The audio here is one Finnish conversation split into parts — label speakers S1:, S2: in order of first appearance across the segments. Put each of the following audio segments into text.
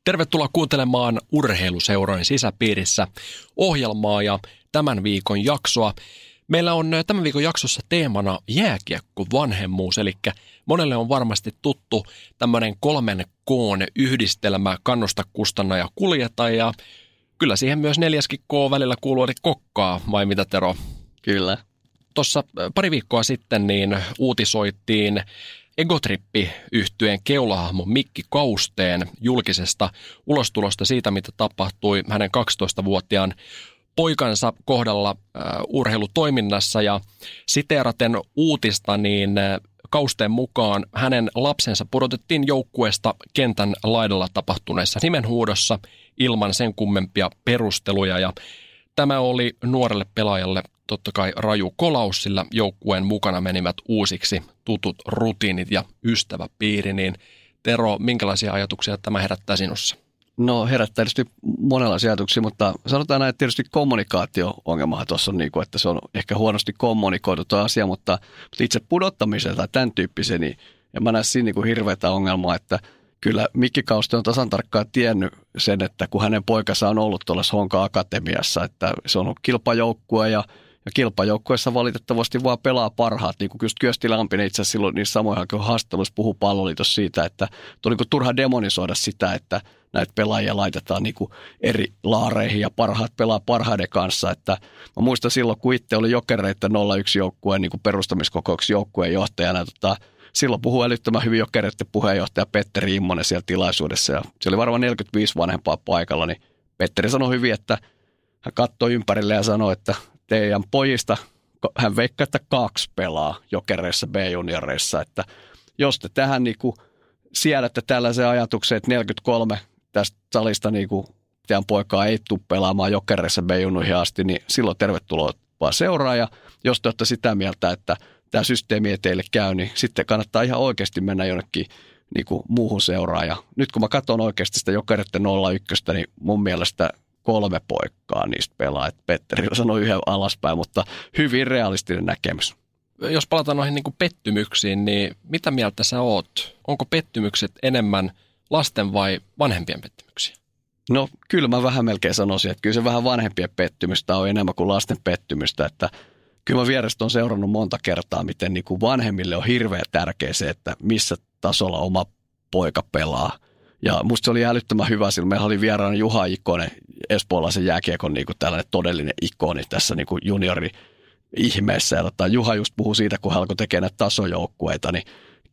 S1: Tervetuloa kuuntelemaan Urheiluseurojen sisäpiirissä ohjelmaa ja tämän viikon jaksoa. Meillä on tämän viikon jaksossa teemana jääkiekko vanhemmuus, eli monelle on varmasti tuttu tämmöinen 3 K:n yhdistelmä kannusta, kustanna ja kuljeta, ja kyllä siihen myös 4. K välillä kuuluu, eli kokkaa, vai mitä Tero?
S2: Kyllä.
S1: Tuossa pari viikkoa sitten niin uutisoitiin Egotrippi-yhtyeen keulahahmo Mikki Kausteen julkisesta ulostulosta siitä, mitä tapahtui hänen 12-vuotiaan poikansa kohdalla urheilutoiminnassa, ja siteeraten uutista, niin Kausteen mukaan hänen lapsensa pudotettiin joukkueesta kentän laidalla tapahtuneessa nimenhuudossa ilman sen kummempia perusteluja, ja tämä oli nuorelle pelaajalle totta kai raju kolaus, sillä joukkueen mukana menivät uusiksi tutut rutiinit ja ystäväpiiri. Niin Tero, minkälaisia ajatuksia tämä herättää sinussa?
S2: No herättää tietysti monenlaisia ajatuksia, mutta sanotaan näin, että tietysti kommunikaatio-ongelmahan tuossa on, että se on ehkä huonosti kommunikoitu tuo asia, mutta itse pudottamisella tai tämän tyyppisen, niin en mä näe siinä hirveätä ongelmaa, että kyllä Mikki Kauste on tasan tarkkaan tiennyt sen, että kun hänen poikansa on ollut tuollaisessa Honka Akatemiassa, että se on ollut kilpajoukkue ja kilpajoukkueessa valitettavasti vaan pelaa parhaat, niin kuin just Kyösti Lampinen itse asiassa silloin niissä samoin haastatteluissa puhui Palloliitossa siitä, että on niin kuin turha demonisoida sitä, että näitä pelaajia laitetaan niin kuin eri laareihin ja parhaat pelaa parhaiden kanssa. Että mä muistan silloin, kun itse oli Jokereiden 01 joukkueen niin kuin perustamiskokouksen joukkueen johtajana, silloin puhui älyttömän hyvin Jokereiden puheenjohtaja Petteri Immonen siellä tilaisuudessa, ja se oli varmaan 45 vanhempaa paikalla, niin Petteri sanoi hyvin, että hän katsoi ympärille ja sanoi, että teidän pojista, hän veikkaa, että 2 pelaa Jokereissa B-junioreissa, että jos te tähän niin kuin siedätte tällaisen ajatuksen, että 43 tästä salista niin kuin teidän poikaa ei tule pelaamaan Jokereissa B-junioihin asti, niin silloin tervetuloa vaan seuraa, ja jos te olette sitä mieltä, että tämä systeemi ei teille käy, niin sitten kannattaa ihan oikeasti mennä jonnekin niin kuin muuhun seuraan. Ja nyt kun mä katson oikeasti sitä Jokereiden 01, niin mun mielestä 3 poikkaa niistä pelaa. Petteri sanoi 1 alaspäin, mutta hyvin realistinen näkemys.
S1: Jos palataan noihin niin kuin pettymyksiin, niin mitä mieltä sä oot? Onko pettymykset enemmän lasten vai vanhempien pettymyksiä?
S2: No kyllä mä vähän melkein sanoisin, että kyllä se vähän vanhempien pettymystä on enemmän kuin lasten pettymystä, että kyllä mä vierestä on seurannut monta kertaa, miten niin kuin vanhemmille on hirveän tärkeä se, että missä tasolla oma poika pelaa. Ja musta se oli älyttömän hyvä, sillä meillä oli vieraana Juha Ikonen, espoolaisen jääkiekon niin kuin tällainen todellinen ikoni tässä niin kuin juniori-ihmeessä. Ja Juha just puhui siitä, kun hän alkoi tekemään näitä tasojoukkueita, niin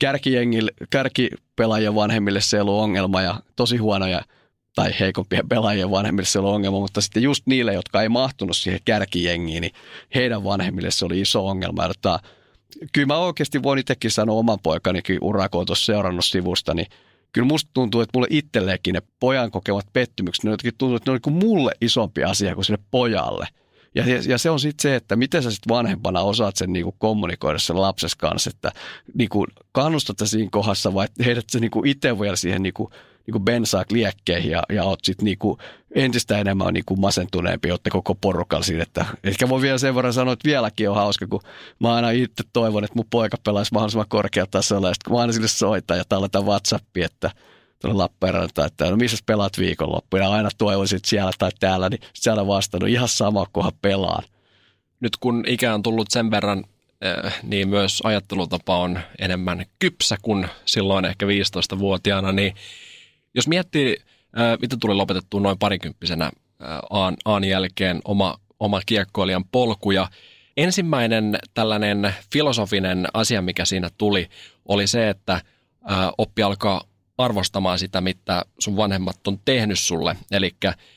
S2: kärkipelaajien vanhemmille se ei ollut ongelma ja tosi huonoja tai heikompien pelaajien vanhemmille se oli ongelma, mutta sitten just niille, jotka ei mahtunut siihen kärkijengiin, niin heidän vanhemmille se oli iso ongelma. Ja kyllä mä oikeasti voin itsekin sanoa oman poikanikin uraa, kun olen tuossa seurannut sivusta, niin kyllä musta tuntuu, että mulle itselleenkin ne pojan kokemat pettymykset, ne jotenkin tuntuu, että ne on niin kuin mulle isompi asia kuin sille pojalle. Ja se on sitten se, että miten sä sitten vanhempana osaat sen niin kuin kommunikoida sen lapses kanssa, että niin kuin kannustat sä siinä kohdassa vai heidät sä niin kuin itse vielä siihen niin kuin bensaa liekkeihin ja oot sitten niin kuin entistä enemmän niin kuin masentuneempi, olette koko porukalla siinä. Että ehkä voi vielä sen verran sanoa, että vieläkin on hauska, kun mä aina itse toivon, että mun poika pelaisi mahdollisimman korkealla tasolla, ja sitten kun mä aina sille soitan ja talletan WhatsAppia, että tuolla Lappeenranta, että no missä pelaat viikonloppuun, ja aina toivoisin, että siellä tai täällä, niin siellä vastannut ihan sama, kunhan pelaan.
S1: Nyt kun ikä on tullut sen verran, niin myös ajattelutapa on enemmän kypsä kuin silloin ehkä 15-vuotiaana, niin jos miettii, mitä tuli lopetettua noin parikymppisenä Aan jälkeen oma kiekkoilijan polku, ja ensimmäinen tällainen filosofinen asia, mikä siinä tuli, oli se, että oppi alkaa arvostamaan sitä, mitä sun vanhemmat on tehnyt sulle. Eli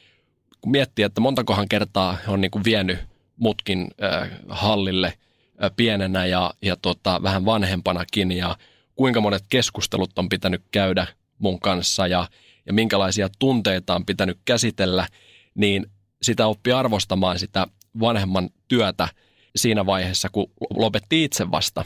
S1: kun miettii, että montakohan kertaa on niin kuin vienyt mutkin hallille pienenä ja vähän vanhempanakin, ja kuinka monet keskustelut on pitänyt käydä mun kanssa ja minkälaisia tunteita on pitänyt käsitellä, niin sitä oppii arvostamaan sitä vanhemman työtä siinä vaiheessa, kun lopetti itse vasta.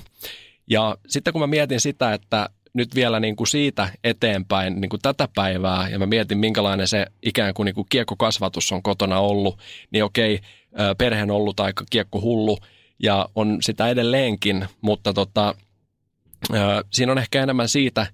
S1: Ja sitten kun mä mietin sitä, että nyt vielä niin kuin siitä eteenpäin niin kuin tätä päivää, ja mä mietin minkälainen se ikään kuin, kiekkokasvatus on kotona ollut, niin okei, perhe on ollut aika kiekkohullu ja on sitä edelleenkin, mutta siinä on ehkä enemmän siitä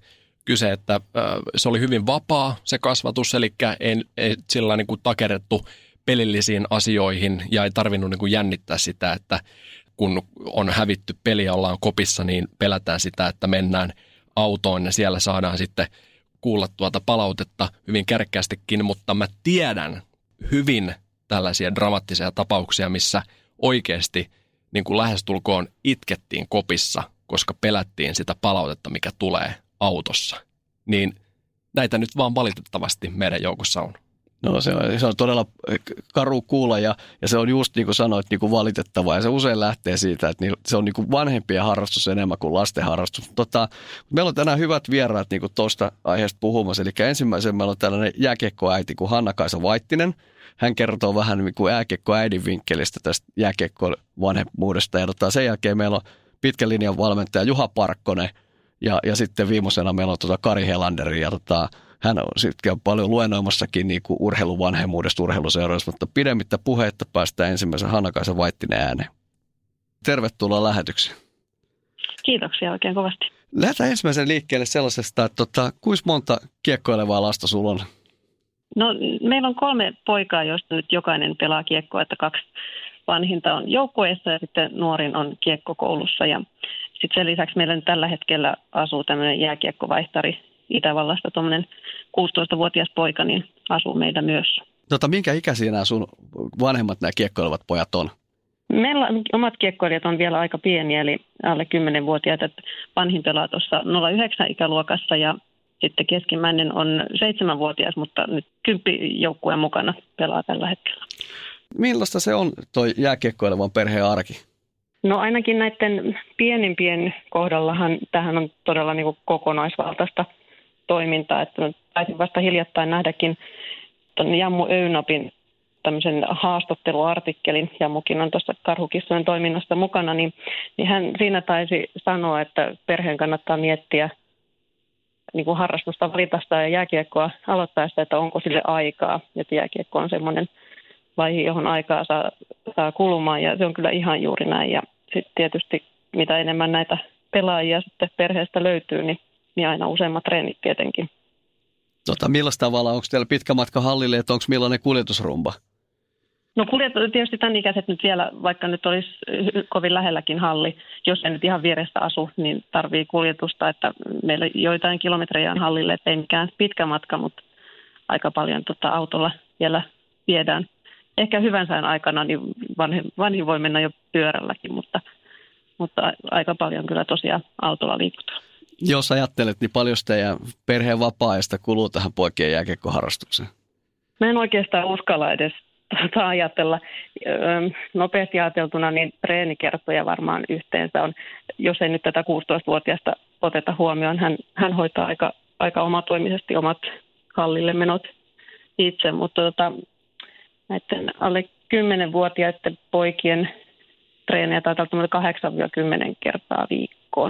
S1: kyse, että se oli hyvin vapaa se kasvatus, eli ei sillä niin kuin takerrettu pelillisiin asioihin ja ei tarvinnut niin kuin jännittää sitä, että kun on hävitty peli ja ollaan kopissa, niin pelätään sitä, että mennään autoon ja siellä saadaan sitten kuulla tuota palautetta hyvin kärkkäästikin, mutta mä tiedän hyvin tällaisia dramaattisia tapauksia, missä oikeasti niin kuin lähestulkoon itkettiin kopissa, koska pelättiin sitä palautetta, mikä tulee autossa. Niin näitä nyt vaan valitettavasti meidän joukossa on.
S2: No se on todella karu kuulla ja se on just niin kuin sanoit niin kuin valitettavaa ja se usein lähtee siitä, että se on niin kuin vanhempien harrastus enemmän kuin lasten harrastus. Meillä on tänään hyvät vieraat niin kuin tuosta aiheesta puhumassa, eli ensimmäisen meillä on tällainen jääkiekkoäiti kuin Hanna-Kaisa Vaittinen. Hän kertoo vähän niin kuin jääkiekkoäidin vinkkelistä tästä jääkiekkoon vanhemmuudesta ja sen jälkeen meillä on pitkän linjan valmentaja Juha Parkkonen ja sitten viimeisenä meillä on Kari Helanderi ja hän on sitten paljon luennoimassakin niin kuin urheiluvanhemmuudesta urheiluseuroista, mutta pidemmittä puheitta päästään ensimmäisen Hanna-Kaisa Vaittinen ääneen. Tervetuloa lähetykseen.
S3: Kiitoksia oikein kovasti.
S2: Lähdetään ensimmäisen liikkeelle sellaisesta, että kuinka monta kiekkoilevaa lasta sulla on?
S3: No, meillä on 3 poikaa, joista nyt jokainen pelaa kiekkoa, että 2 vanhinta on joukkueessa ja sitten nuorin on kiekkokoulussa. Ja sitten sen lisäksi meillä nyt tällä hetkellä asuu tämmöinen jääkiekkovaihtari Itävallasta, tuommoinen 16-vuotias poika, niin asuu meillä myös.
S2: Minkä ikäisiä nämä sun vanhemmat nämä kiekkoilevat pojat on?
S3: Meillä omat kiekkoilijat on vielä aika pieniä, eli alle 10-vuotiaita. Vanhin pelaa tuossa 09 ikäluokassa ja sitten keskimmäinen on 7-vuotias, mutta nyt 10 joukkueen mukana pelaa tällä hetkellä.
S2: Millaista se on toi jääkiekkoilevan perheen arki?
S3: No ainakin näiden pienimpien kohdallahan tähän on todella niin kuin kokonaisvaltaista toimintaa. Että taisin vasta hiljattain nähdäkin Jammu Öynapin tämmöisen haastatteluartikkelin, Jammukin on tuossa Karhukissojen toiminnasta mukana, niin hän siinä taisi sanoa, että perheen kannattaa miettiä niin kuin harrastusta valitaista ja jääkiekkoa aloittaessa, että onko sille aikaa. Että jääkiekko on semmoinen vaihe, johon aikaa saa kulumaan ja se on kyllä ihan juuri näin. Ja sitten tietysti mitä enemmän näitä pelaajia sitten perheestä löytyy, niin aina useammat treenit tietenkin.
S2: Millaista tavalla, onko teillä pitkä matka hallille, että onko millainen kuljetusrumba?
S3: No tietysti tämän ikäiset nyt vielä, vaikka nyt olisi kovin lähelläkin halli, jos ei nyt ihan vieressä asu, niin tarvii kuljetusta, että meillä joitain kilometrejä on hallille, että ei mikään pitkä matka, mutta aika paljon autolla vielä viedään. Ehkä hyvän sään aikana niin vanhin voi mennä jo pyörälläkin, mutta aika paljon kyllä tosiaan autolla liikutaan.
S2: Jos ajattelet, niin paljon teidän perheen vapaa-ajasta kuluu tähän poikien jääkiekkoharrastukseen?
S3: Mä en oikeastaan uskalla edes ajatella. Nopeasti ajateltuna, niin treenikertoja varmaan yhteensä on, jos ei nyt tätä 16-vuotiaasta oteta huomioon. Hän hoitaa aika omatoimisesti omat hallille menot itse, mutta näiden alle 10-vuotiaiden poikien treenejä taitaa olla 8-10 kertaa viikkoon.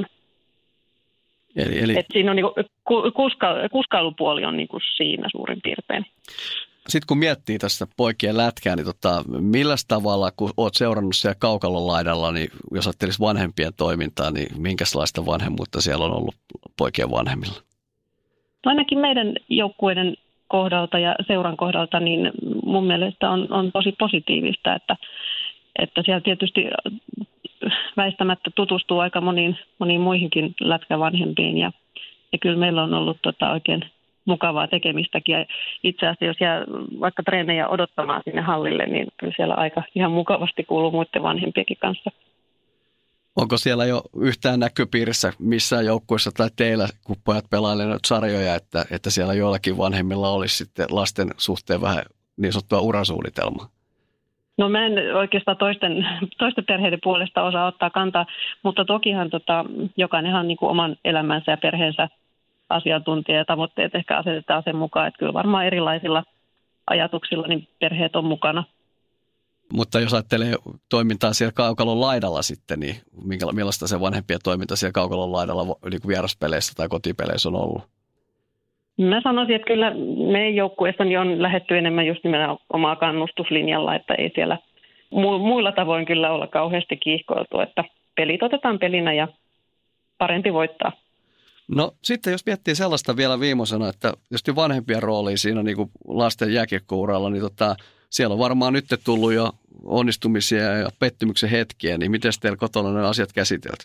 S2: Eli...
S3: Et siinä on niinku, kuskailupuoli on niinku siinä suurin piirtein.
S2: Sitten kun miettii tässä poikien lätkää, niin millä tavalla, kun olet seurannut siellä kaukalon laidalla, niin jos ajattelisi vanhempien toimintaa, niin minkälaista vanhemmuutta siellä on ollut poikien vanhemmilla?
S3: No ainakin meidän joukkueiden kohdalta ja seuran kohdalta, niin mun mielestä on tosi positiivista, että siellä tietysti väistämättä tutustuu aika moniin muihinkin lätkävanhempiin ja kyllä meillä on ollut oikein mukavaa tekemistäkin ja itse asiassa jos jää vaikka treenejä odottamaan sinne hallille, niin kyllä siellä aika ihan mukavasti kuuluu muiden vanhempienkin kanssa.
S2: Onko siellä jo yhtään näköpiirissä missään joukkueessa tai teillä, kun pojat pelailevat sarjoja, että siellä joillakin vanhemmilla olisi sitten lasten suhteen vähän niin sanottua urasuunnitelmaa?
S3: No mä en oikeastaan toisten perheiden puolesta osaa ottaa kantaa, mutta tokihan jokainenhan niin kuin oman elämänsä ja perheensä asiantuntija ja tavoitteet ehkä asetetaan sen mukaan, että kyllä varmaan erilaisilla ajatuksilla niin perheet on mukana.
S2: Mutta jos ajattelee toimintaa siellä kaukalon laidalla sitten, niin millaista se vanhempien toiminta siellä kaukalon laidalla niin kuin vieraspeleissä tai kotipeleissä on ollut?
S3: Mä sanoisin, että kyllä meidän joukkueessa niin on lähdetty enemmän just nimenomaan omaa kannustuslinjalla, että ei siellä muilla tavoin kyllä olla kauheasti kiihkoiltu, että pelit otetaan pelinä ja parempi voittaa.
S2: No sitten jos miettii sellaista vielä viimeisenä, että tietysti vanhempien roolia siinä niin kuin lasten jääkiekkouralla, niin siellä on varmaan nyt tullut jo onnistumisia ja pettymyksen hetkiä, niin miten teillä kotona ne asiat käsitelty?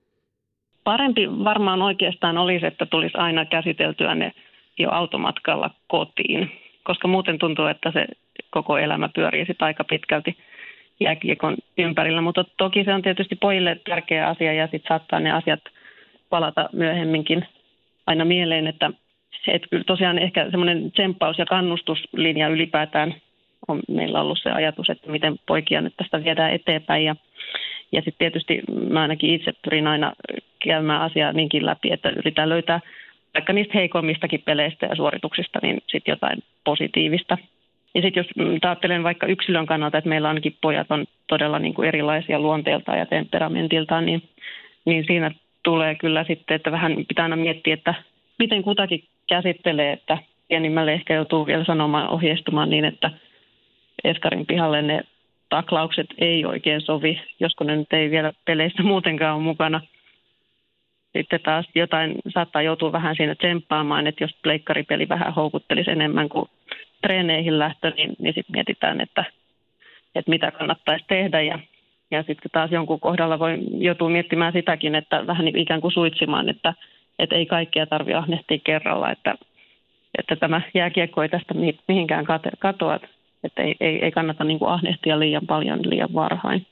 S3: Parempi varmaan oikeastaan olisi, että tulisi aina käsiteltyä ne jo automatkalla kotiin, koska muuten tuntuu, että se koko elämä pyörii sitten aika pitkälti jääkiekon ympärillä. Mutta toki se on tietysti pojille tärkeä asia ja sitten saattaa ne asiat palata myöhemminkin aina mieleen, että kyllä tosiaan ehkä semmoinen tsemppaus- ja kannustuslinja ylipäätään on meillä ollut se ajatus, että miten poikia nyt tästä viedään eteenpäin. Ja sitten tietysti mä ainakin itse pyrin aina käymään asiaa niinkin läpi, että yritän löytää vaikka niistä heikommistakin peleistä ja suorituksista, niin sitten jotain positiivista. Ja sitten jos ajattelen vaikka yksilön kannalta, että meillä ainakin pojat on todella niin kuin erilaisia luonteeltaan ja temperamentiltaan, niin siinä tulee kyllä sitten, että vähän pitää aina miettiä, että miten kutakin käsittelee, että pienimmälle ehkä joutuu vielä sanomaan ohjeistumaan niin, että eskarin pihalle ne taklaukset ei oikein sovi, josko ne nyt ei vielä peleissä muutenkaan ole mukana. Sitten taas jotain saattaa joutua vähän siinä tsemppaamaan, että jos pleikkaripeli vähän houkuttelisi enemmän kuin treeneihin lähtö, niin sitten mietitään, että mitä kannattaisi tehdä. Ja sitten taas jonkun kohdalla voi joutua miettimään sitäkin, että vähän niin ikään kuin suitsimaan, että ei kaikkea tarvitse ahnehtia kerralla, että tämä jääkiekko ei tästä mihinkään katoa, että ei kannata niin kuin ahnehtia liian paljon liian varhain.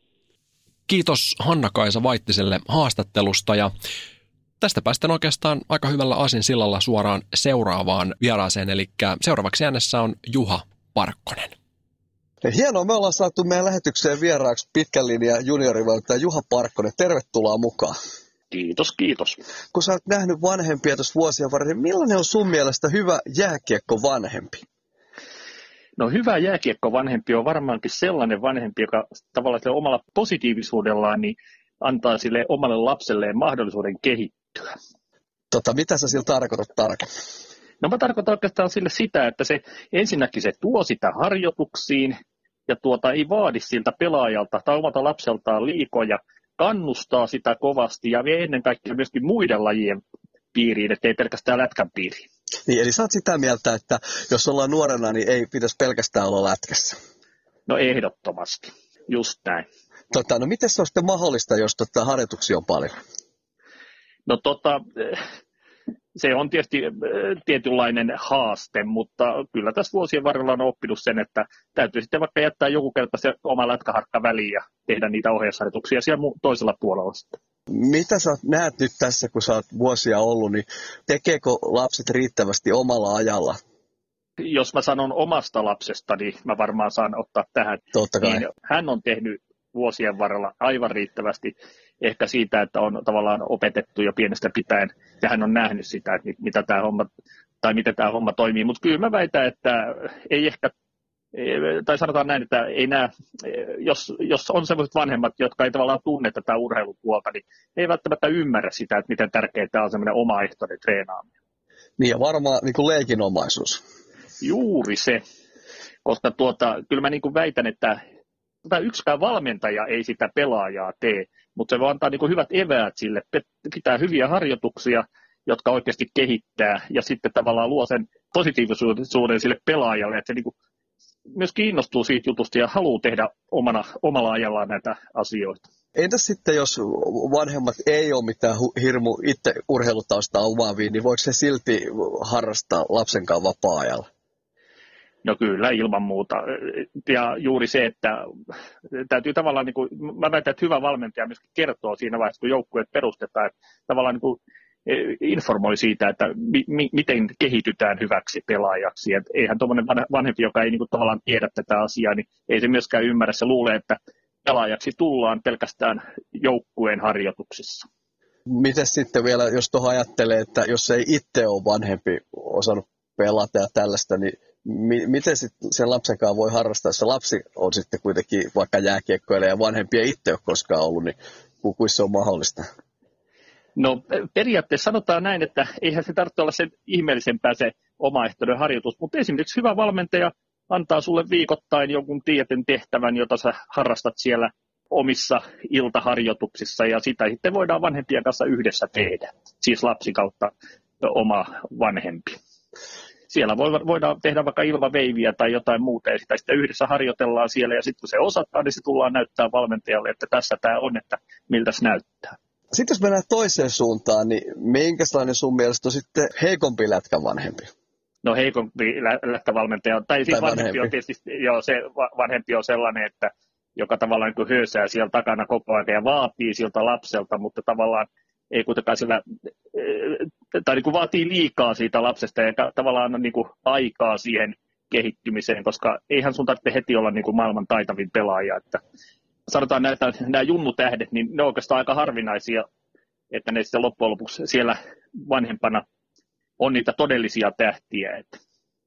S1: Kiitos Hanna-Kaisa Vaittiselle haastattelusta ja tästä päästään oikeastaan aika hyvällä aasinsillalla suoraan seuraavaan vieraaseen, eli seuraavaksi äänessä on Juha Parkkonen.
S4: Hienoa, me ollaan saatu meidän lähetykseen vieraaksi pitkän linjan juniorivalmentaja Juha Parkkonen. Tervetuloa mukaan.
S5: Kiitos, kiitos.
S4: Kun sä oot nähnyt vanhempia tuossa vuosien varrella, niin millainen on sun mielestä hyvä jääkiekko vanhempi?
S5: No hyvä jääkiekko vanhempi on varmaankin sellainen vanhempi, joka tavallaan sille omalla positiivisuudellaan niin antaa sille omalle lapselleen mahdollisuuden kehittyä.
S4: Mitä sä sillä tarkoitat tarkemmin?
S5: No mä tarkoitan oikeastaan sille sitä, että se ensinnäkin se tuo sitä harjoituksiin ja ei vaadi siltä pelaajalta tai omalta lapseltaan liikoja, kannustaa sitä kovasti ja vie ennen kaikkea myöskin muiden lajien piiriin, ettei pelkästään lätkän piiriin.
S4: Niin, eli sä oot sitä mieltä, että jos ollaan nuorena, niin ei pitäisi pelkästään olla lätkässä?
S5: No ehdottomasti, just näin.
S4: No miten se on sitten mahdollista, jos harjoituksia on paljon?
S5: No se on tietysti tietynlainen haaste, mutta kyllä tässä vuosien varrella on oppinut sen, että täytyy sitten vaikka jättää joku kerta se oma lätkäharkka väliin ja tehdä niitä ohjeisharjoituksia siellä toisella puolella sitten.
S4: Mitä sä näet nyt tässä, kun sä oot vuosia ollut, niin tekeekö lapset riittävästi omalla ajalla?
S5: Jos mä sanon omasta lapsesta, niin mä varmaan saan ottaa tähän.
S4: Totta kai.
S5: Niin hän on tehnyt vuosien varrella aivan riittävästi ehkä siitä, että on tavallaan opetettu jo pienestä pitäen, ja hän on nähnyt sitä, että mitä tämä homma, tai miten tämä homma toimii. Mutta kyllä mä väitän, että ei ehkä, tai sanotaan näin, että ei nämä, jos on sellaiset vanhemmat, jotka ei tavallaan tunne tätä urheilupuolta, niin ei välttämättä ymmärrä sitä, että miten tärkeää tämä on semmoinen omaehtoinen treenaaminen.
S4: Niin ja varmaan niin kuin leikinomaisuus.
S5: Juuri se, koska kyllä mä niin kuin väitän, että yksikään valmentaja ei sitä pelaajaa tee, mutta se voi antaa niin kuin hyvät eväät sille, pitää hyviä harjoituksia, jotka oikeasti kehittää ja sitten tavallaan luo sen positiivisuuden sille pelaajalle, että se niin kuin myös kiinnostuu siitä jutusta ja haluaa tehdä omalla ajallaan näitä asioita.
S4: Entäs sitten, jos vanhemmat ei ole mitään hirmu itse urheilutaustaa omaavia, niin voiko se silti harrastaa lapsen kanssa vapaa-ajalla?
S5: No kyllä, ilman muuta. Ja juuri se, että täytyy tavallaan, niin kuin, mä väitän, että hyvä valmentaja myöskin kertoo siinä vaiheessa, kun joukkueet perustetaan, että tavallaan niin kuin informoi siitä, että miten kehitytään hyväksi pelaajaksi. Et eihän tuommoinen vanhempi, joka ei niin kuin, tavallaan tiedä tätä asiaa, niin ei se myöskään ymmärrä. Se luulee, että pelaajaksi tullaan pelkästään joukkueen harjoituksissa.
S4: Miten sitten vielä, jos tuohon ajattelee, että jos ei itse ole vanhempi osannut pelata ja tällaista, niin miten sitten sen lapsen kanssa voi harrastaa, jos se lapsi on sitten kuitenkin vaikka jääkiekkoilija ja vanhempia itse ole koskaan ollut, niin kuinka se on mahdollista?
S5: No periaatteessa sanotaan näin, että eihän se tarvitse olla sen ihmeellisempää se omaehtoinen harjoitus, mutta esimerkiksi hyvä valmentaja antaa sulle viikoittain jonkun tietyn tehtävän, jota sä harrastat siellä omissa iltaharjoituksissa ja sitä sitten voidaan vanhempien kanssa yhdessä tehdä, siis lapsi kautta oma vanhempi. Siellä voidaan tehdä vaikka ilmaveiviä tai jotain muuta ja sitä sitten yhdessä harjoitellaan siellä ja sitten kun se osataan, niin se tullaan näyttää valmentajalle, että tässä tämä on, että miltä se näyttää.
S4: Sitten jos mennään toiseen suuntaan, niin minkälainen sun mielestä on sitten heikompi lätkävanhempi?
S5: No heikompi lätkävalmentaja, tai siis vanhempi on tietysti, joo, se vanhempi on sellainen, että joka tavallaan niin höysää siellä takana koko ajan ja vaatii siltä lapselta, mutta tavallaan ei kuitenkaan sillä, tai niin kuin vaatii liikaa siitä lapsesta ja tavallaan on niin kuin aikaa siihen kehittymiseen, koska eihän sun tarvitse heti olla niin kuin maailman taitavin pelaaja. Että sanotaan nämä junnutähdet, niin ne on oikeastaan aika harvinaisia, että ne sitten loppujen lopuksi siellä vanhempana on niitä todellisia tähtiä. Että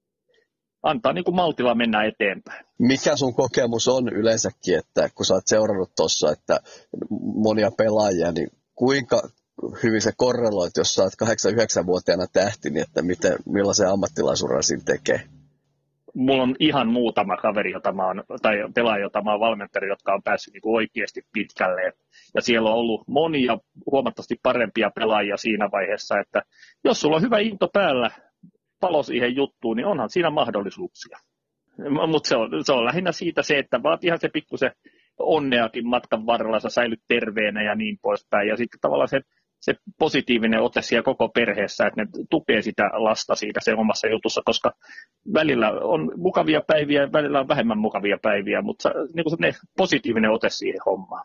S5: antaa niin kuin maltilla mennä eteenpäin.
S4: Mikä sun kokemus on yleensäkin, että kun sä oot seurannut tuossa, että monia pelaajia, niin kuinka hyvin se korreloit, jos sä oot 8-9-vuotiaana tähti, niin että millaisen ammattilaisuuden siinä tekee?
S5: Mulla on ihan muutama kaveri, tai pelaaja, jota mä oon valmentanut, jotka on päässyt niin kuin oikeasti pitkälle. Ja siellä on ollut monia huomattavasti parempia pelaajia siinä vaiheessa, että jos sulla on hyvä into päällä, palo siihen juttuun, niin onhan siinä mahdollisuuksia. Mutta se on lähinnä siitä se, että vaatiihan se pikkusen onneakin matkan varrella, sä säilyt terveenä ja niin poispäin. Ja sitten tavallaan se positiivinen ote siellä koko perheessä, että ne tukee sitä lasta siitä sen omassa jutussa, koska välillä on mukavia päiviä ja välillä on vähemmän mukavia päiviä, mutta niin kuin se positiivinen ote siihen hommaan.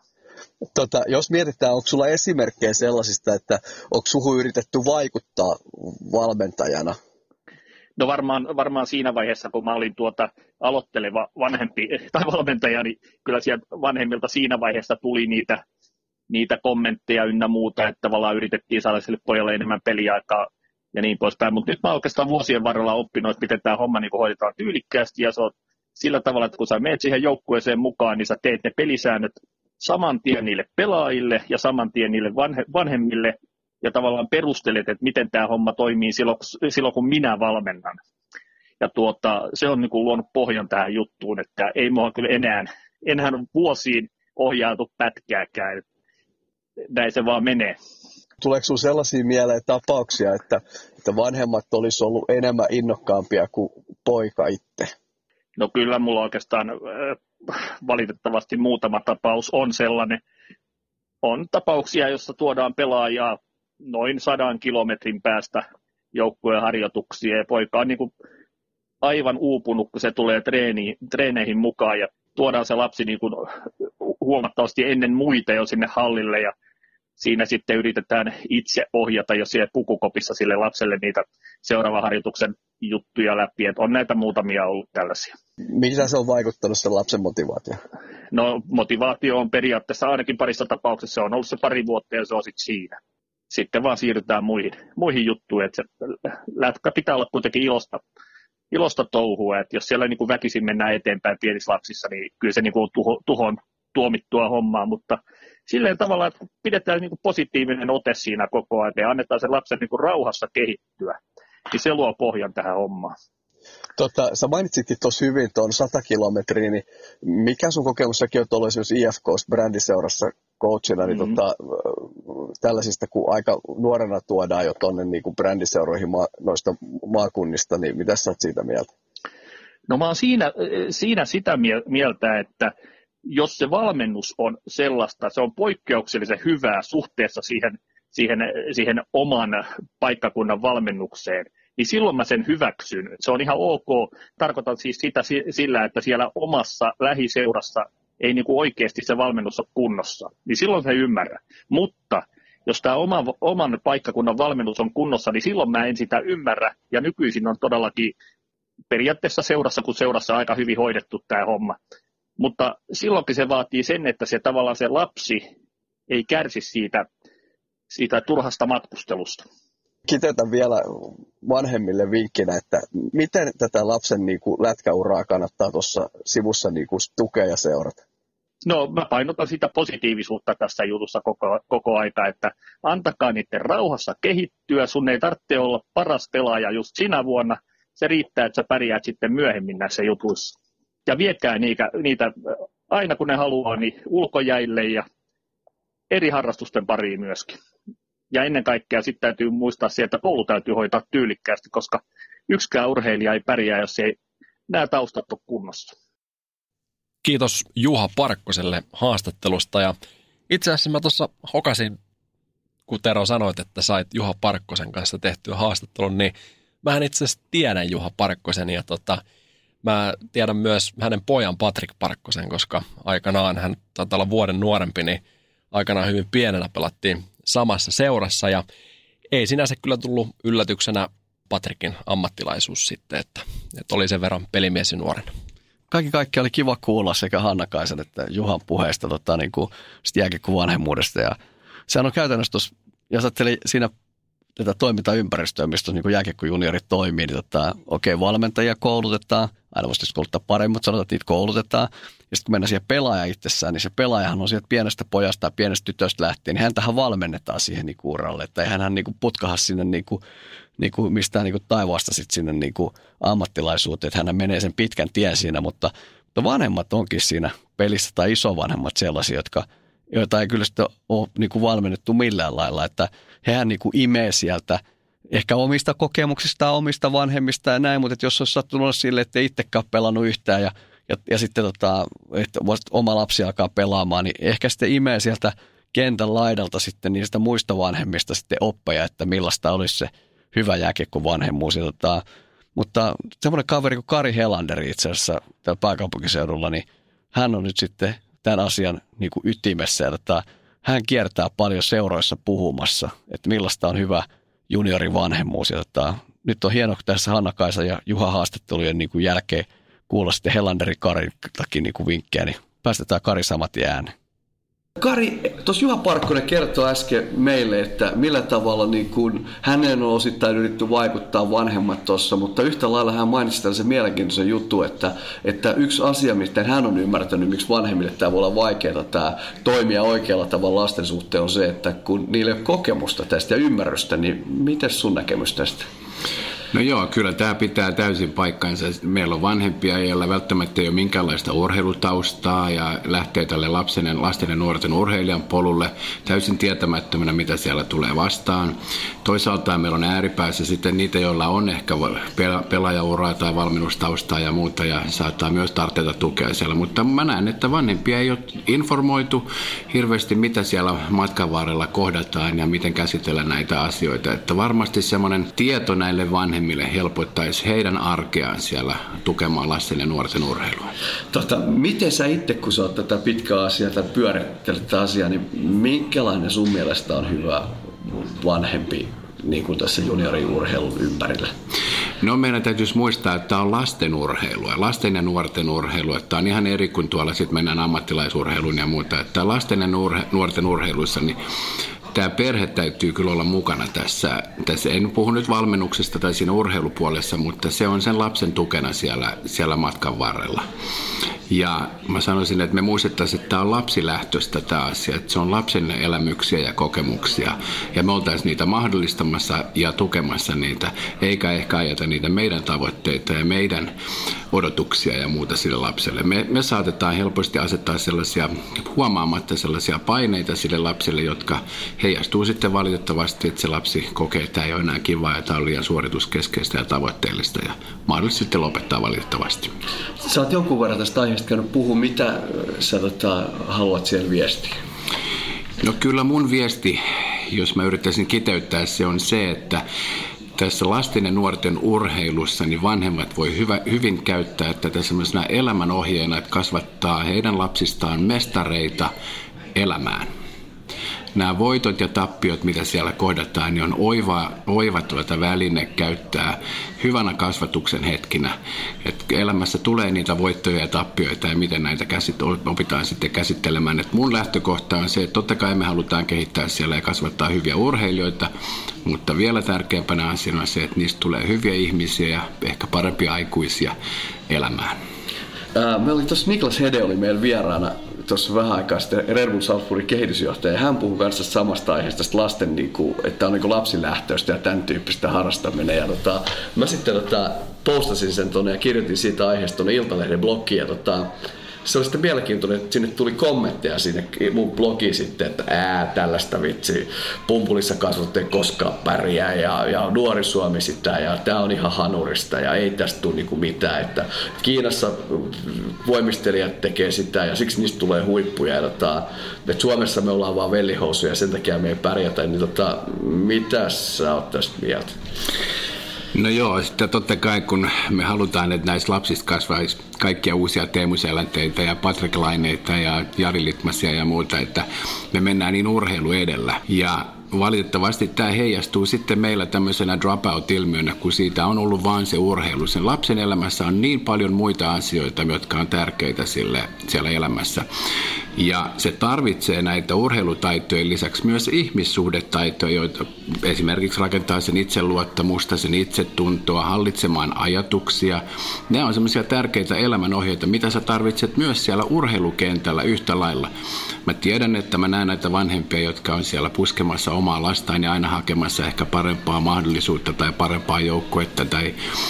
S4: Jos mietitään, onko sulla esimerkkejä sellaisista, että onko suhun yritetty vaikuttaa valmentajana?
S5: No varmaan siinä vaiheessa, kun mä olin aloitteleva vanhempi tai valmentaja, niin kyllä sieltä vanhemmilta siinä vaiheessa tuli niitä kommentteja ynnä muuta, että tavallaan yritettiin saada sille pojalle enemmän peliaikaa ja niin poispäin. Mutta nyt mä oikeastaan vuosien varrella oppinut, että miten tämä homma niin hoidetaan tyylikkäästi ja se on sillä tavalla, että kun sä menet siihen joukkueeseen mukaan, niin sä teet ne pelisäännöt saman tien niille pelaajille ja saman tien niille vanhemmille ja tavallaan perustelet, että miten tämä homma toimii silloin kun minä valmennan. Ja se on niin kuin luonut pohjan tähän juttuun, että ei mua kyllä enää vuosiin ohjautu pätkääkään. Näin se vaan menee.
S4: Tuleeko sinulla sellaisia mieleen tapauksia, että vanhemmat olisi ollut enemmän innokkaampia kuin poika itse?
S5: No kyllä mulla oikeastaan valitettavasti muutama tapaus on sellainen. On tapauksia, joissa tuodaan pelaajaa noin 100 kilometrin päästä joukkueen harjoituksia ja poika on niin kuin aivan uupunut, kun se tulee treeneihin mukaan ja tuodaan se lapsi niin kuin huomattavasti ennen muita jo sinne hallille ja siinä sitten yritetään itse ohjata jo siellä pukukopissa sille lapselle niitä seuraavan harjoituksen juttuja läpi, että on näitä muutamia ollut tällaisia.
S4: Mitä se on vaikuttanut sen lapsen motivaatioon?
S5: No motivaatio on periaatteessa ainakin parissa tapauksessa, se on ollut se 2 vuotta ja se on sitten siinä. Sitten vaan siirrytään muihin juttuihin, että se lätkä pitää olla kuitenkin ilosta touhua, että jos siellä niin kuin väkisin mennään eteenpäin pienissä lapsissa, niin kyllä se niin kuin on tuhon tuomittua hommaa, mutta silleen tavalla, että pidetään niin kuin positiivinen ote siinä koko ajan ja annetaan sen lapsen niin kuin rauhassa kehittyä, niin se luo pohjan tähän hommaan.
S4: Sä mainitsitkin tuossa hyvin tuon 100 kilometriä, niin mikä sun kokemus säkin olet ollut esimerkiksi IFK-brändiseurassa coachina, niin tällaisista, kun aika nuorena tuodaan jo tuonne niin kuin brändiseuroihin noista maakunnista, niin mitä sä oot siitä mieltä?
S5: No mä oon siinä sitä mieltä, että jos se valmennus on sellaista, se on poikkeuksellisen hyvää suhteessa siihen oman paikkakunnan valmennukseen, niin silloin mä sen hyväksyn. Se on ihan ok. Tarkoitan siis sitä sillä, että siellä omassa lähiseurassa ei niin kuin oikeasti se valmennus ole kunnossa. Niin silloin se ymmärrä. Mutta jos tämä oman paikkakunnan valmennus on kunnossa, niin silloin mä en sitä ymmärrä. Ja nykyisin on todellakin periaatteessa seurassa aika hyvin hoidettu tämä homma. Mutta silloinkin se vaatii sen, että se tavallaan se lapsi ei kärsi siitä turhasta matkustelusta.
S4: Kiteytän vielä vanhemmille vinkkinä, että miten tätä lapsen niin kuin lätkäuraa kannattaa tuossa sivussa niin kuin tukea ja seurata?
S5: No mä painotan sitä positiivisuutta tässä jutussa koko aika, että antakaa niiden rauhassa kehittyä, sun ei tarvitse olla paras pelaaja just sinä vuonna, se riittää, että sä pärjäät sitten myöhemmin näissä jutuissa. Ja viekää niitä aina kun ne haluaa, niin ulkojäille ja eri harrastusten pariin myöskin. Ja ennen kaikkea sitten täytyy muistaa se, että koulu täytyy hoitaa tyylikkäästi, koska yksikään urheilija ei pärjää, jos ei nämä taustat ole kunnossa.
S1: Kiitos Juha Parkkoselle haastattelusta. Ja itse asiassa mä tuossa hokasin, kun Tero sanoit, että sait Juha Parkkosen kanssa tehtyä haastattelun, niin mähän itse asiassa tiedän Juha Parkkosen ja mä tiedän myös hänen pojan Patrik Parkkosen, koska aikanaan hän taitaa olla vuoden nuorempi, niin aikanaan hyvin pienenä pelattiin samassa seurassa ja ei sinänsä kyllä tullut yllätyksenä Patrikin ammattilaisuus sitten, että oli sen verran pelimies nuorena.
S2: Kaikki oli kiva kuulla sekä Hannakaisen että Juhan puheesta niin kuin jääkiekon vanhemmuudesta ja sehän on käytännössä tuossa, jos ajattelin siinä tätä toimintaympäristöä, mistä niin jääkiekko-juniorit toimii, niin okei, valmentajia koulutetaan, aina voisi kouluttaa paremmin, mutta sanotaan, että niitä koulutetaan. Ja sitten kun mennään siihen pelaaja itsessään, niin se pelaajahan on sieltä pienestä pojasta ja pienestä tytöstä lähtien, niin häntähän valmennetaan siihen niin uralle, että eihän hän niin putkaha sinne mistään niin taivaasta sitten sinne niin ammattilaisuuteen, että hän menee sen pitkän tien siinä, mutta vanhemmat onkin siinä pelissä tai isovanhemmat sellaisia, joita ei kyllä sitten ole niin kuin valmennettu millään lailla, että hehän niin kuin imee sieltä ehkä omista kokemuksistaan, omista vanhemmista ja näin, mutta jos olisi sattunut olla sille, että ei itsekään pelannut yhtään ja sitten että oma lapsi alkaa pelaamaan, niin ehkä sitten imee sieltä kentän laidalta sitten niistä muista vanhemmista sitten oppeja, että millaista olisi se hyvä jääkiekko-vanhemmuus. Mutta semmoinen kaveri kuin Kari Helanderi itse asiassa täällä pääkaupunkiseudulla, niin hän on nyt sitten tämän asian niin kuin ytimessä. Että hän kiertää paljon seuroissa puhumassa, että millaista on hyvä juniorivanhemmuus. Ja nyt on hienoa, kun tässä Hannakaisa ja Juha haastattelujen niin kuin jälkeen kuulla sitten Helanderi Kariltakin niin kuin vinkkejä, niin päästetään Kari samat ääneen. Kari, tuossa Juha Parkkonen kertoi äsken meille, että millä tavalla niin kuin hänen on osittain yritetty vaikuttaa vanhemmat tuossa, mutta yhtä lailla hän mainitsi tällaisen mielenkiintoisen juttu, että yksi asia, mistä hän on ymmärtänyt, miksi vanhemmille tämä voi olla vaikeaa tämä toimia oikealla tavalla lasten suhteen, on se, että kun niillä ei ole kokemusta tästä ja ymmärrystä, niin miten sun näkemys tästä?
S6: No joo, kyllä tämä pitää täysin paikkansa. Meillä on vanhempia, joilla välttämättä ei ole minkäänlaista urheilutaustaa ja lähtee tälle lasten ja nuorten urheilijan polulle täysin tietämättömänä, mitä siellä tulee vastaan. Toisaalta meillä on ääripäässä sitten niitä, joilla on ehkä pelaajauraa tai valmennustaustaa ja muuta ja saattaa myös tarvita tukea siellä. Mutta mä näen, että vanhempia ei ole informoitu hirveästi, mitä siellä matkan varrella kohdataan ja miten käsitellä näitä asioita. Että varmasti semmoinen tieto näille vanhemmille helpottaisi heidän arkeaan siellä tukemaan lasten ja nuorten urheilua.
S2: Miten sä itse, kun sä oot tätä pitkää asiaa tai pyörittelet tätä asiaa, niin minkälainen sun mielestä on hyvä vanhempi niin kuin tässä junioriurheilun ympärillä?
S6: No meidän täytyisi muistaa, että tämä on lasten urheilua, lasten ja nuorten urheilua. Tämä on ihan eri kuin tuolla sitten mennään ammattilaisurheiluun ja muuta. Että lasten ja nuorten urheiluissa niin tämä perhe täytyy kyllä olla mukana tässä. En puhu nyt valmennuksesta tai siinä urheilupuolessa, mutta se on sen lapsen tukena siellä matkan varrella. Ja mä sanoisin, että me muistettaisiin, että tämä on lapsilähtöistä tämä asia, että se on lapsen elämyksiä ja kokemuksia. Ja me oltaisiin niitä mahdollistamassa ja tukemassa niitä, eikä ehkä ajata niitä meidän tavoitteita ja meidän odotuksia ja muuta sille lapselle. Me saatetaan helposti asettaa huomaamatta sellaisia paineita sille lapselle, jotka heijastuu sitten valitettavasti, että se lapsi kokee, että tämä ei ole enää kivaa ja tämä on liian suorituskeskeistä ja tavoitteellista ja mahdollisesti sitten lopettaa valitettavasti.
S2: Sä oot jonkun verran tästä aiheesta käynyt puhua, mitä sä haluat siellä viestiä?
S6: No kyllä mun viesti, jos mä yrittäisin kiteyttää, se on se, että tässä lasten ja nuorten urheilussa niin vanhemmat voi hyvin käyttää tätä sellaisena elämänohjeena, että kasvattaa heidän lapsistaan mestareita elämään. Nämä voitot ja tappiot, mitä siellä kohdataan, niin on oiva väline käyttää hyvänä kasvatuksen hetkinä. Että elämässä tulee niitä voittoja ja tappioita ja miten näitä opitaan sitten käsittelemään. Et mun lähtökohta on se, että totta kai me halutaan kehittää siellä ja kasvattaa hyviä urheilijoita, mutta vielä tärkeämpänä asiana on se, että niistä tulee hyviä ihmisiä ja ehkä parempia aikuisia elämään.
S2: Me oli tuossa Niklas Hede oli meillä vieraana tuossa vähän aikaa sitten Red Bull Salzburgin kehitysjohtaja, ja hän puhui kanssa samasta aiheesta, tästä lasten, että on niin lapsilähtöistä ja tämän tyyppistä harrastaminen. Ja mä sitten postasin sen tuonne ja kirjoitin siitä aiheesta tuonne Iltalehden blogiin. Ja se oli sitten mielenkiintoinen, että sinne tuli kommentteja sinne mun blogiin sitten, että tällaista vitsi, pumpulissa kasvut ei koskaan pärjää ja nuori Suomi sitä ja tää on ihan hanurista ja ei tästä tule niinku mitään, että Kiinassa voimistelijat tekee sitä ja siksi niistä tulee huippuja ja että Suomessa me ollaan vaan vellihousuja ja sen takia me ei pärjätä, niin mitä sä oot tästä mieltä?
S6: No joo, sitten totta kai kun me halutaan, että näistä lapsista kasvaisi kaikkia uusia Teemu Selänteitä ja Patrik Laineita ja Jari Litmasia ja muuta, että me mennään niin urheilu edellä. Ja valitettavasti tämä heijastuu sitten meillä tämmöisenä dropout-ilmiönä, kun siitä on ollut vaan se urheilu. Sen lapsen elämässä on niin paljon muita asioita, jotka on tärkeitä sille siellä elämässä. Ja se tarvitsee näitä urheilutaitojen lisäksi myös ihmissuhdetaitoja, joita esimerkiksi rakentaa sen itseluottamusta, sen itsetuntoa, hallitsemaan ajatuksia. Nämä on semmoisia tärkeitä elämänohjeita, mitä sä tarvitset myös siellä urheilukentällä yhtä lailla. Mä tiedän, että mä näen näitä vanhempia, jotka on siellä puskemassa omaa lastaan ja aina hakemassa ehkä parempaa mahdollisuutta tai parempaa joukkuetta tai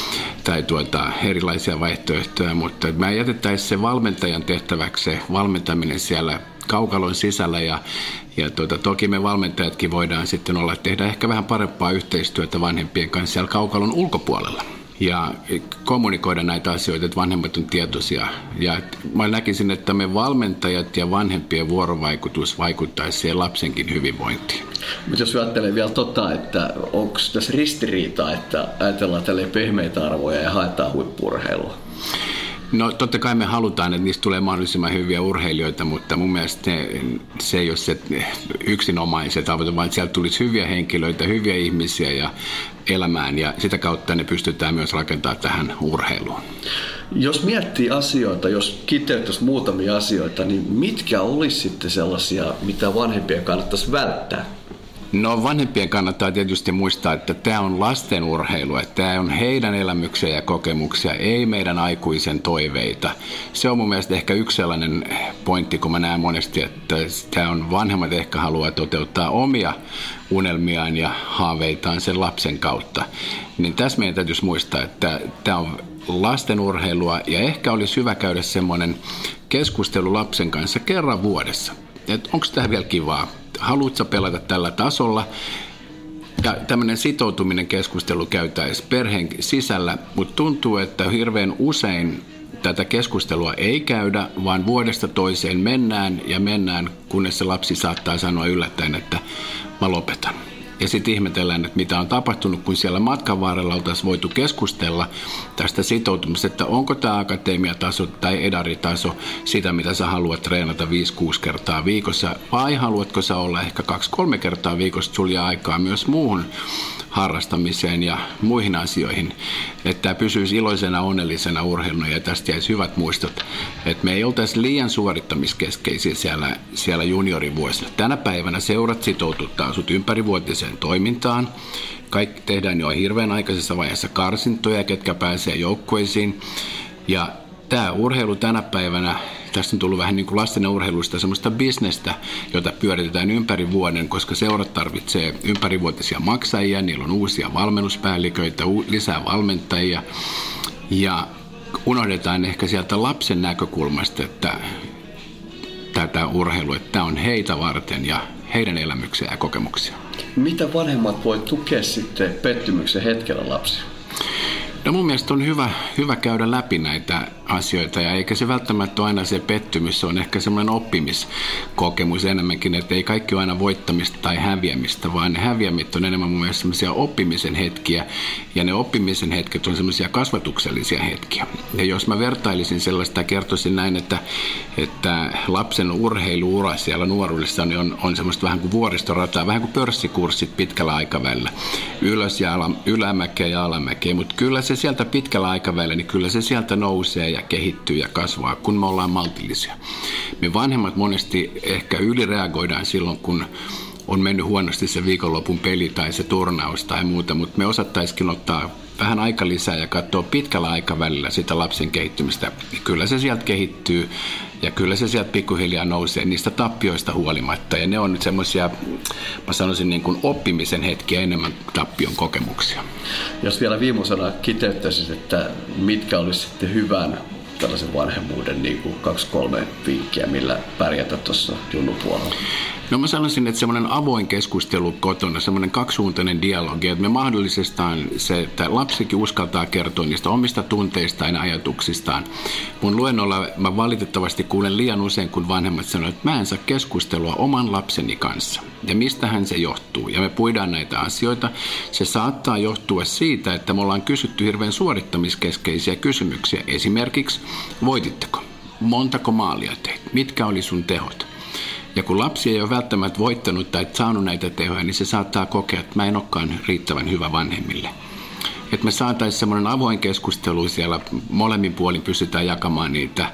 S6: erilaisia vaihtoehtoja, mutta mä jätettäisiin se valmentajan tehtäväksi se valmentaminen siellä kaukalon sisällä ja toki me valmentajatkin voidaan sitten tehdä ehkä vähän parempaa yhteistyötä vanhempien kanssa siellä kaukalon ulkopuolella. Ja kommunikoida näitä asioita, että vanhemmat on tietoisia. Ja mä näkisin, että me valmentajat ja vanhempien vuorovaikutus vaikuttaisi siihen lapsenkin hyvinvointiin.
S2: Mutta jos ajattelee vielä että onko tässä ristiriitaa, että ajatellaan tälleen pehmeitä arvoja ja haetaan huippu-urheilua?
S6: No totta kai me halutaan, että niistä tulee mahdollisimman hyviä urheilijoita, mutta mun mielestä se ei ole se yksinomainen se tavoite, vaan sieltä tulisi hyviä henkilöitä, hyviä ihmisiä ja elämään ja sitä kautta ne pystytään myös rakentamaan tähän urheiluun.
S2: Jos miettii asioita, jos kiteyttäisi muutamia asioita, niin mitkä olisi sitten sellaisia, mitä vanhempien kannattaisi välttää?
S6: No vanhempien kannattaa tietysti muistaa, että tämä on lasten urheilu, että tämä on heidän elämyksiä ja kokemuksia, ei meidän aikuisen toiveita. Se on mun mielestä ehkä yksi sellainen pointti, kun mä näen monesti, että tämä on vanhemmat ehkä haluaa toteuttaa omia unelmiaan ja haaveitaan sen lapsen kautta. Niin tässä meidän täytyisi muistaa, että tämä on lasten urheilua ja ehkä olisi hyvä käydä semmoinen keskustelu lapsen kanssa kerran vuodessa. Että onko tämä vielä kivaa? Haluatko pelata tällä tasolla? Ja tämmöinen sitoutuminen keskustelu käytäisiin perheen sisällä, mutta tuntuu, että hirveän usein tätä keskustelua ei käydä, vaan vuodesta toiseen mennään, kunnes se lapsi saattaa sanoa yllättäen, että mä lopetan. Ja sitten ihmetellään, että mitä on tapahtunut, kun siellä matkan varrella oltaisiin voitu keskustella tästä sitoutumisesta, että onko tämä akatemiataso tai edaritaso sitä, mitä sä haluat treenata 5-6 kertaa viikossa, vai haluatko sä olla ehkä 2-3 kertaa viikossa, sulla jää aikaa myös muuhun harrastamiseen ja muihin asioihin, että tämä pysyisi iloisena, onnellisena urheiluna ja tästä jäisi hyvät muistot, että me ei oltaisi liian suorittamiskeskeisiä siellä juniorivuosilla. Tänä päivänä seurat sitoututtaa sut ympärivuotiseen toimintaan. Kaikki tehdään jo hirveän aikaisessa vaiheessa karsintoja, ketkä pääsee joukkueisiin. Ja tämä urheilu tänä päivänä, tästä on tullut vähän niin kuin lasten urheilusta semmoista bisnestä, jota pyöritetään ympäri vuoden, koska seurat tarvitsee ympärivuotisia maksajia, niillä on uusia valmennuspäälliköitä, lisää valmentajia. Ja unohdetaan ehkä sieltä lapsen näkökulmasta, että tätä urheilua, että tämä on heitä varten ja heidän elämyksiä ja kokemuksia.
S2: Mitä vanhemmat voi tukea sitten pettymyksen hetkellä lapsia?
S6: No mun mielestä on hyvä käydä läpi näitä asioita ja eikä se välttämättä ole aina se pettymys, se on ehkä semmoinen oppimiskokemus enemmänkin, että ei kaikki ole aina voittamista tai häviämistä, vaan ne häviämit on enemmän mun mielestä semmoisia oppimisen hetkiä ja ne oppimisen hetket on semmoisia kasvatuksellisia hetkiä. Ja jos mä vertailisin sellaista ja kertoisin näin, että lapsen urheiluura siellä nuoruudessa niin on semmoista vähän kuin vuoristorataa, vähän kuin pörssikurssit pitkällä aikavälillä, ylös ja ylämäkeä ja alamäkeä, mutta kyllä se sieltä pitkällä aikavälillä, niin kyllä se sieltä nousee ja kehittyy ja kasvaa, kun me ollaan maltillisia. Me vanhemmat monesti ehkä ylireagoidaan silloin, kun on mennyt huonosti se viikonlopun peli tai se turnaus tai muuta, mutta me osattaisikin ottaa vähän aika lisää ja katsoa pitkällä aikavälillä sitä lapsen kehittymistä. Kyllä se sieltä kehittyy ja kyllä se sieltä pikkuhiljaa nousee niistä tappioista huolimatta. Ja ne on nyt semmoisia, mä sanoisin niin kuin oppimisen hetkiä enemmän tappion kokemuksia.
S2: Jos vielä viimeisena kiteyttäisit, että mitkä olisi sitten hyvän tällaisen vanhemmuuden niin kuin 2-3 vinkkiä, millä pärjätä tuossa junnupuolella?
S6: No mä sanoisin, että semmoinen avoin keskustelu kotona, semmoinen kaksisuuntainen dialogi, että me mahdollisestaan se, että lapsikin uskaltaa kertoa niistä omista tunteistaan ja ajatuksistaan. Mun luennolla mä valitettavasti kuulen liian usein, kun vanhemmat sanoo, että mä en saa keskustelua oman lapseni kanssa. Ja mistähän se johtuu? Ja me puidaan näitä asioita. Se saattaa johtua siitä, että me ollaan kysytty hirveän suorittamiskeskeisiä kysymyksiä. Esimerkiksi, voititteko? Montako maalia teit? Mitkä oli sun tehot? Ja kun lapsi ei ole välttämättä voittanut tai saanut näitä tehoja, niin se saattaa kokea, että mä en olekaan riittävän hyvä vanhemmille. Että me saataisiin semmoinen avoin keskustelu siellä, molemmin puolin pystytään jakamaan niitä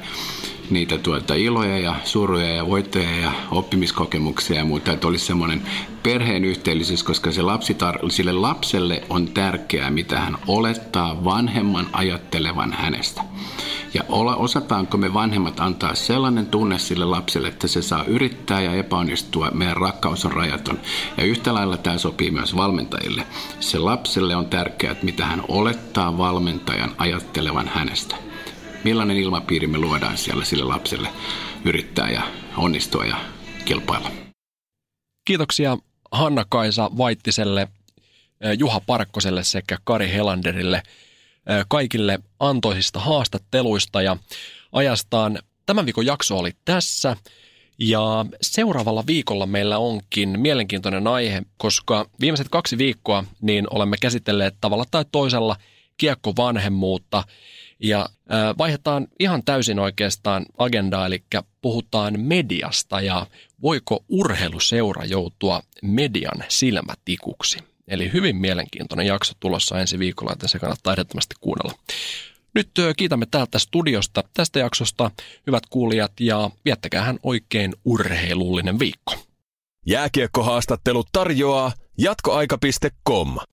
S6: iloja ja suruja ja voittoja ja oppimiskokemuksia ja muuta, että olisi semmoinen perheen yhteellisyys, koska se sille lapselle on tärkeää, mitä hän olettaa vanhemman ajattelevan hänestä. Ja osataanko me vanhemmat antaa sellainen tunne sille lapselle, että se saa yrittää ja epäonnistua, meidän rakkaus on rajaton. Ja yhtä lailla tämä sopii myös valmentajille. Se lapselle on tärkeää, että mitä hän olettaa valmentajan ajattelevan hänestä. Millainen ilmapiiri me luodaan siellä sille lapselle yrittää ja onnistua ja kilpailla.
S1: Kiitoksia Hanna-Kaisa Vaittiselle, Juha Parkkoselle sekä Kari Helanderille kaikille antoisista haastatteluista ja ajastaan. Tämän viikon jakso oli tässä ja seuraavalla viikolla meillä onkin mielenkiintoinen aihe, koska viimeiset 2 viikkoa niin olemme käsitelleet tavalla tai toisella kiekkovanhemmuutta ja vaihdetaan ihan täysin oikeastaan agendaa, eli puhutaan mediasta ja voiko urheiluseura joutua median silmätikuksi. Eli hyvin mielenkiintoinen jakso tulossa ensi viikolla, että se kannattaa ehdottomasti kuunnella. Nyt kiitämme täältä studiosta tästä jaksosta, hyvät kuulijat, ja viettäkäähän oikein urheilullinen viikko.
S7: Jääkiekkohaastattelut tarjoaa jatkoaika.com.